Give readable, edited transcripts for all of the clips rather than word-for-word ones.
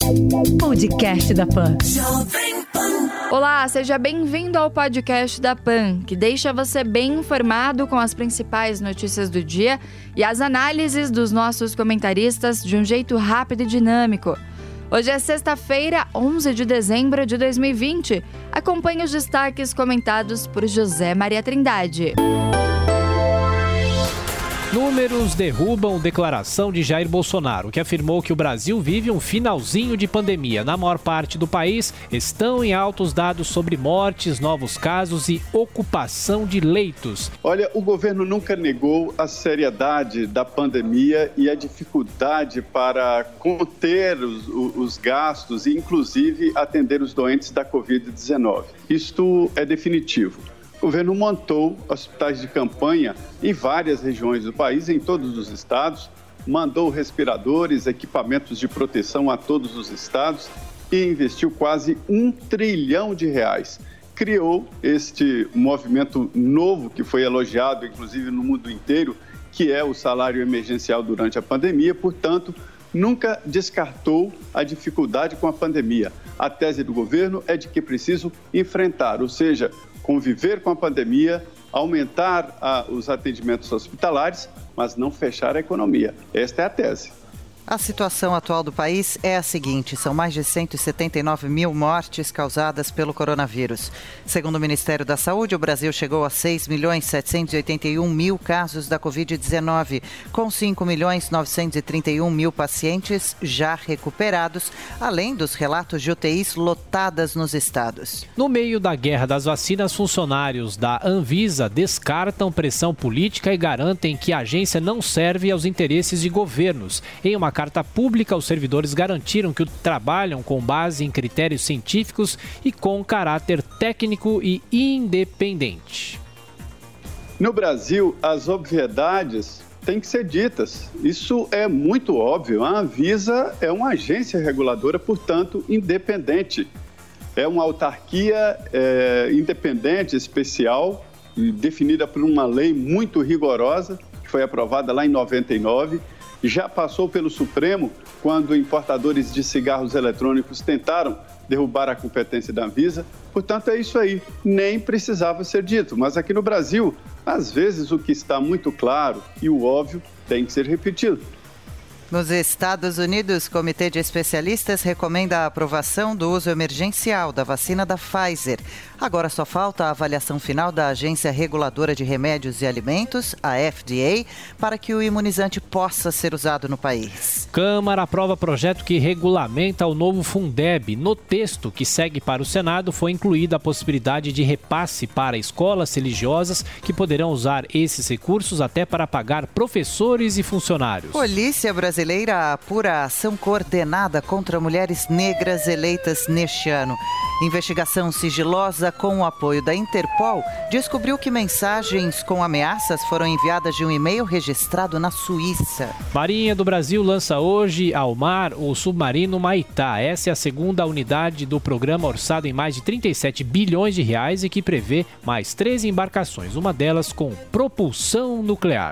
Podcast da Pan. Olá, seja bem-vindo ao podcast da Pan, que deixa você bem informado com as principais notícias do dia e as análises dos nossos comentaristas de um jeito rápido e dinâmico. Hoje é sexta-feira, 11 de dezembro de 2020. Acompanhe os destaques comentados por José Maria Trindade. Números derrubam declaração de Jair Bolsonaro, que afirmou que o Brasil vive um finalzinho de pandemia. Na maior parte do país, estão em alta os dados sobre mortes, novos casos e ocupação de leitos. Olha, o governo nunca negou a seriedade da pandemia e a dificuldade para conter os gastos e, inclusive, atender os doentes da Covid-19. Isto é definitivo. O governo montou hospitais de campanha em várias regiões do país, em todos os estados, mandou respiradores, equipamentos de proteção a todos os estados e investiu quase R$1 trilhão. Criou este movimento novo que foi elogiado, inclusive no mundo inteiro, que é o salário emergencial durante a pandemia, portanto, nunca descartou a dificuldade com a pandemia. A tese do governo é de que é preciso enfrentar, ou seja, conviver com a pandemia, aumentar os atendimentos hospitalares, mas não fechar a economia. Esta é a tese. A situação atual do país é a seguinte: são mais de 179 mil mortes causadas pelo coronavírus. Segundo o Ministério da Saúde, o Brasil chegou a 6.781.000 casos da Covid-19, com 5.931.000 pacientes já recuperados, além dos relatos de UTIs lotadas nos estados. No meio da guerra das vacinas, funcionários da Anvisa descartam pressão política e garantem que a agência não serve aos interesses de governos. Em uma carta pública, os servidores garantiram que trabalham com base em critérios científicos e com caráter técnico e independente. No Brasil, as obviedades têm que ser ditas. Isso é muito óbvio. A Anvisa é uma agência reguladora, portanto, independente. É uma autarquia independente, especial, definida por uma lei muito rigorosa, que foi aprovada lá em 99. Já passou pelo Supremo quando importadores de cigarros eletrônicos tentaram derrubar a competência da Anvisa. Portanto, é isso aí. Nem precisava ser dito. Mas aqui no Brasil, às vezes o que está muito claro e o óbvio tem que ser repetido. Nos Estados Unidos, o Comitê de Especialistas recomenda a aprovação do uso emergencial da vacina da Pfizer. Agora só falta a avaliação final da Agência Reguladora de Remédios e Alimentos, a FDA, para que o imunizante possa ser usado no país. Câmara aprova projeto que regulamenta o novo Fundeb. No texto que segue para o Senado, foi incluída a possibilidade de repasse para escolas religiosas que poderão usar esses recursos até para pagar professores e funcionários. Polícia Brasileira apura a ação coordenada contra mulheres negras eleitas neste ano. Investigação sigilosa com o apoio da Interpol descobriu que mensagens com ameaças foram enviadas de um e-mail registrado na Suíça. Marinha do Brasil lança hoje ao mar o submarino Maitá. Essa é a segunda unidade do programa orçado em mais de 37 bilhões de reais e que prevê mais 13 embarcações, uma delas com propulsão nuclear.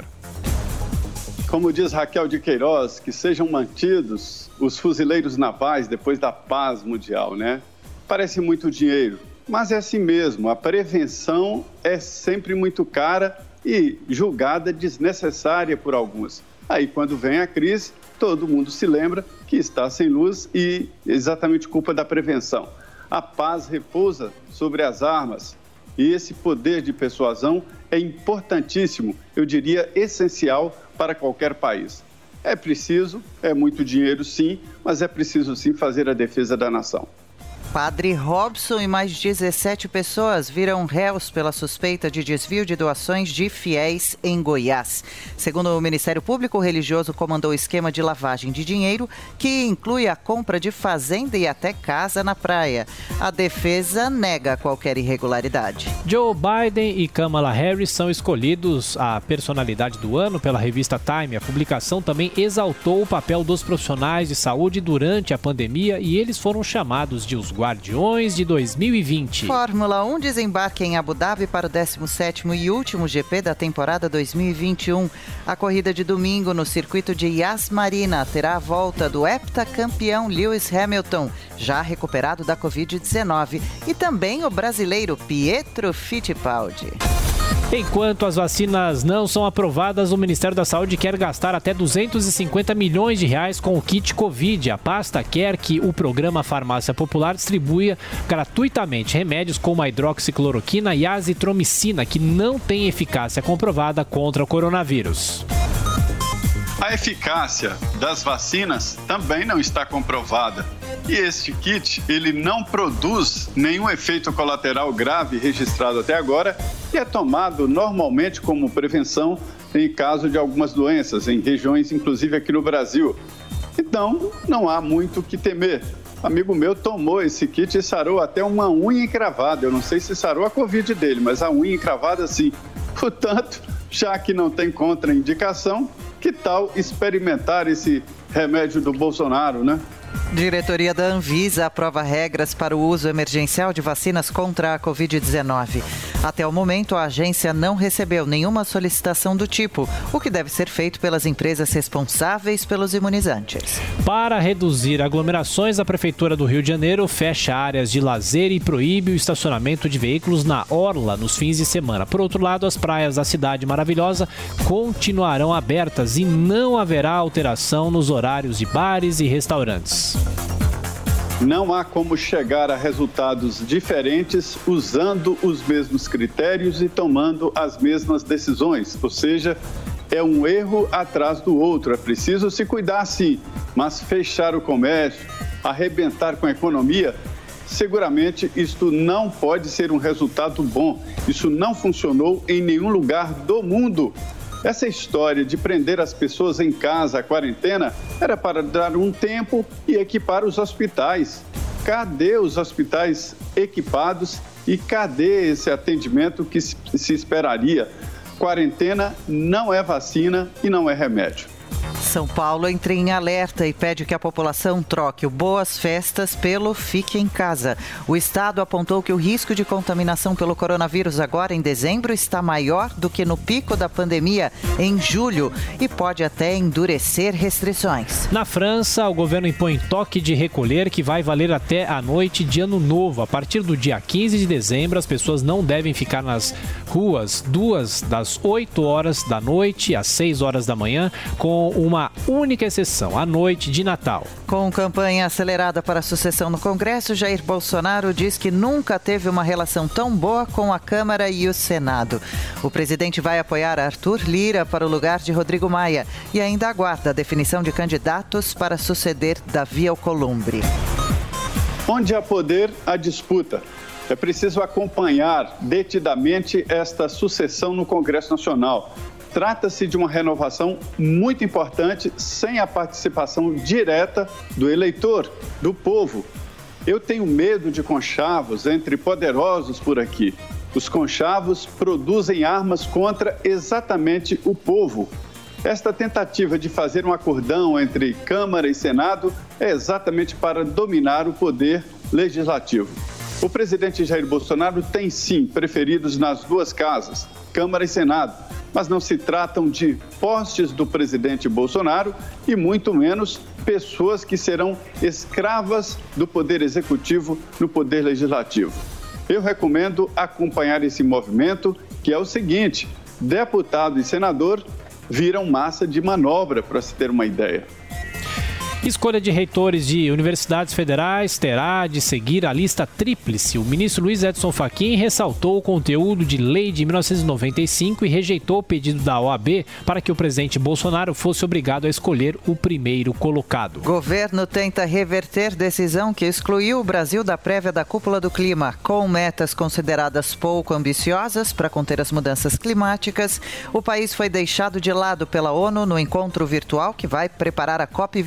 Como diz Raquel de Queiroz, que sejam mantidos os fuzileiros navais depois da paz mundial, né? Parece muito dinheiro, mas é assim mesmo. A prevenção é sempre muito cara e julgada desnecessária por alguns. Aí, quando vem a crise, todo mundo se lembra que está sem luz e exatamente culpa da prevenção. A paz repousa sobre as armas e esse poder de persuasão é importantíssimo, eu diria essencial para qualquer país. É preciso, é muito dinheiro sim, mas é preciso sim fazer a defesa da nação. Padre Robson e mais 17 pessoas viram réus pela suspeita de desvio de doações de fiéis em Goiás. Segundo o Ministério Público, o religioso comandou o esquema de lavagem de dinheiro, que inclui a compra de fazenda e até casa na praia. A defesa nega qualquer irregularidade. Joe Biden e Kamala Harris são escolhidos a personalidade do ano pela revista Time. A publicação também exaltou o papel dos profissionais de saúde durante a pandemia e eles foram chamados de os guardas Guardiões de 2020. Fórmula 1 desembarca em Abu Dhabi para o 17º e último GP da temporada 2021. A corrida de domingo no circuito de Yas Marina terá a volta do heptacampeão Lewis Hamilton, já recuperado da Covid-19, e também o brasileiro Pietro Fittipaldi. Enquanto as vacinas não são aprovadas, o Ministério da Saúde quer gastar até 250 milhões de reais com o kit Covid. A pasta quer que o programa Farmácia Popular distribua gratuitamente remédios como a hidroxicloroquina e a azitromicina, que não têm eficácia comprovada contra o coronavírus. A eficácia das vacinas também não está comprovada. E este kit, ele não produz nenhum efeito colateral grave registrado até agora e é tomado normalmente como prevenção em caso de algumas doenças, em regiões, inclusive aqui no Brasil. Então, não há muito o que temer. Um amigo meu tomou esse kit e sarou até uma unha encravada. Eu não sei se sarou a Covid dele, mas a unha encravada sim. Portanto, já que não tem contraindicação, que tal experimentar esse remédio do Bolsonaro, né? Diretoria da Anvisa aprova regras para o uso emergencial de vacinas contra a Covid-19. Até o momento, a agência não recebeu nenhuma solicitação do tipo, o que deve ser feito pelas empresas responsáveis pelos imunizantes. Para reduzir aglomerações, a Prefeitura do Rio de Janeiro fecha áreas de lazer e proíbe o estacionamento de veículos na orla nos fins de semana. Por outro lado, as praias da Cidade Maravilhosa continuarão abertas e não haverá alteração nos horários de bares e restaurantes. Não há como chegar a resultados diferentes usando os mesmos critérios e tomando as mesmas decisões. Ou seja, é um erro atrás do outro. É preciso se cuidar sim, mas fechar o comércio, arrebentar com a economia, seguramente isto não pode ser um resultado bom. Isso não funcionou em nenhum lugar do mundo. Essa história de prender as pessoas em casa, a quarentena, era para dar um tempo e equipar os hospitais. Cadê os hospitais equipados e cadê esse atendimento que se esperaria? Quarentena não é vacina e não é remédio. São Paulo entra em alerta e pede que a população troque o Boas Festas pelo Fique em Casa. O estado apontou que o risco de contaminação pelo coronavírus agora em dezembro está maior do que no pico da pandemia em julho e pode até endurecer restrições. Na França, o governo impõe toque de recolher que vai valer até a noite de Ano Novo. A partir do dia 15 de dezembro, as pessoas não devem ficar nas ruas das 8 horas da noite às 6 horas da manhã, com uma única exceção, a noite de Natal. Com campanha acelerada para a sucessão no Congresso, Jair Bolsonaro diz que nunca teve uma relação tão boa com a Câmara e o Senado. O presidente vai apoiar Arthur Lira para o lugar de Rodrigo Maia e ainda aguarda a definição de candidatos para suceder Davi Alcolumbre. Onde há poder, há disputa. É preciso acompanhar detidamente esta sucessão no Congresso Nacional. Trata-se de uma renovação muito importante, sem a participação direta do eleitor, do povo. Eu tenho medo de conchavos entre poderosos por aqui. Os conchavos produzem armas contra exatamente o povo. Esta tentativa de fazer um acordão entre Câmara e Senado é exatamente para dominar o poder legislativo. O presidente Jair Bolsonaro tem sim preferidos nas duas casas, Câmara e Senado, mas não se tratam de postes do presidente Bolsonaro e muito menos pessoas que serão escravas do poder executivo no poder legislativo. Eu recomendo acompanhar esse movimento, que é o seguinte: deputado e senador viram massa de manobra, para se ter uma ideia. Escolha de reitores de universidades federais terá de seguir a lista tríplice. O ministro Luiz Edson Fachin ressaltou o conteúdo de lei de 1995 e rejeitou o pedido da OAB para que o presidente Bolsonaro fosse obrigado a escolher o primeiro colocado. Governo tenta reverter decisão que excluiu o Brasil da prévia da Cúpula do Clima. Com metas consideradas pouco ambiciosas para conter as mudanças climáticas, o país foi deixado de lado pela ONU no encontro virtual que vai preparar a COP25.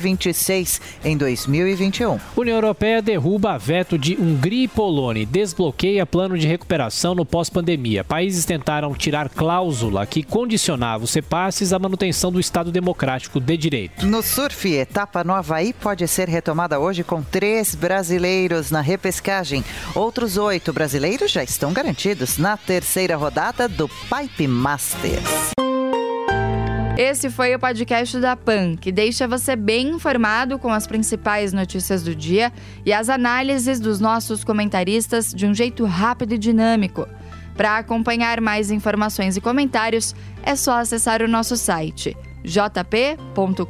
2006 em 2021. União Europeia derruba veto de Hungria e Polônia e desbloqueia plano de recuperação no pós-pandemia. Países tentaram tirar cláusula que condicionava os repasses à manutenção do Estado Democrático de Direito. No surf, etapa no Havaí pode ser retomada hoje com 3 brasileiros na repescagem. Outros 8 brasileiros já estão garantidos na terceira rodada do Pipe Masters. Esse foi o podcast da PAN, que deixa você bem informado com as principais notícias do dia e as análises dos nossos comentaristas de um jeito rápido e dinâmico. Para acompanhar mais informações e comentários, é só acessar o nosso site jp.com.br.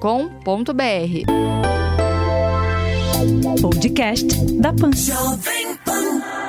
Podcast da PAN.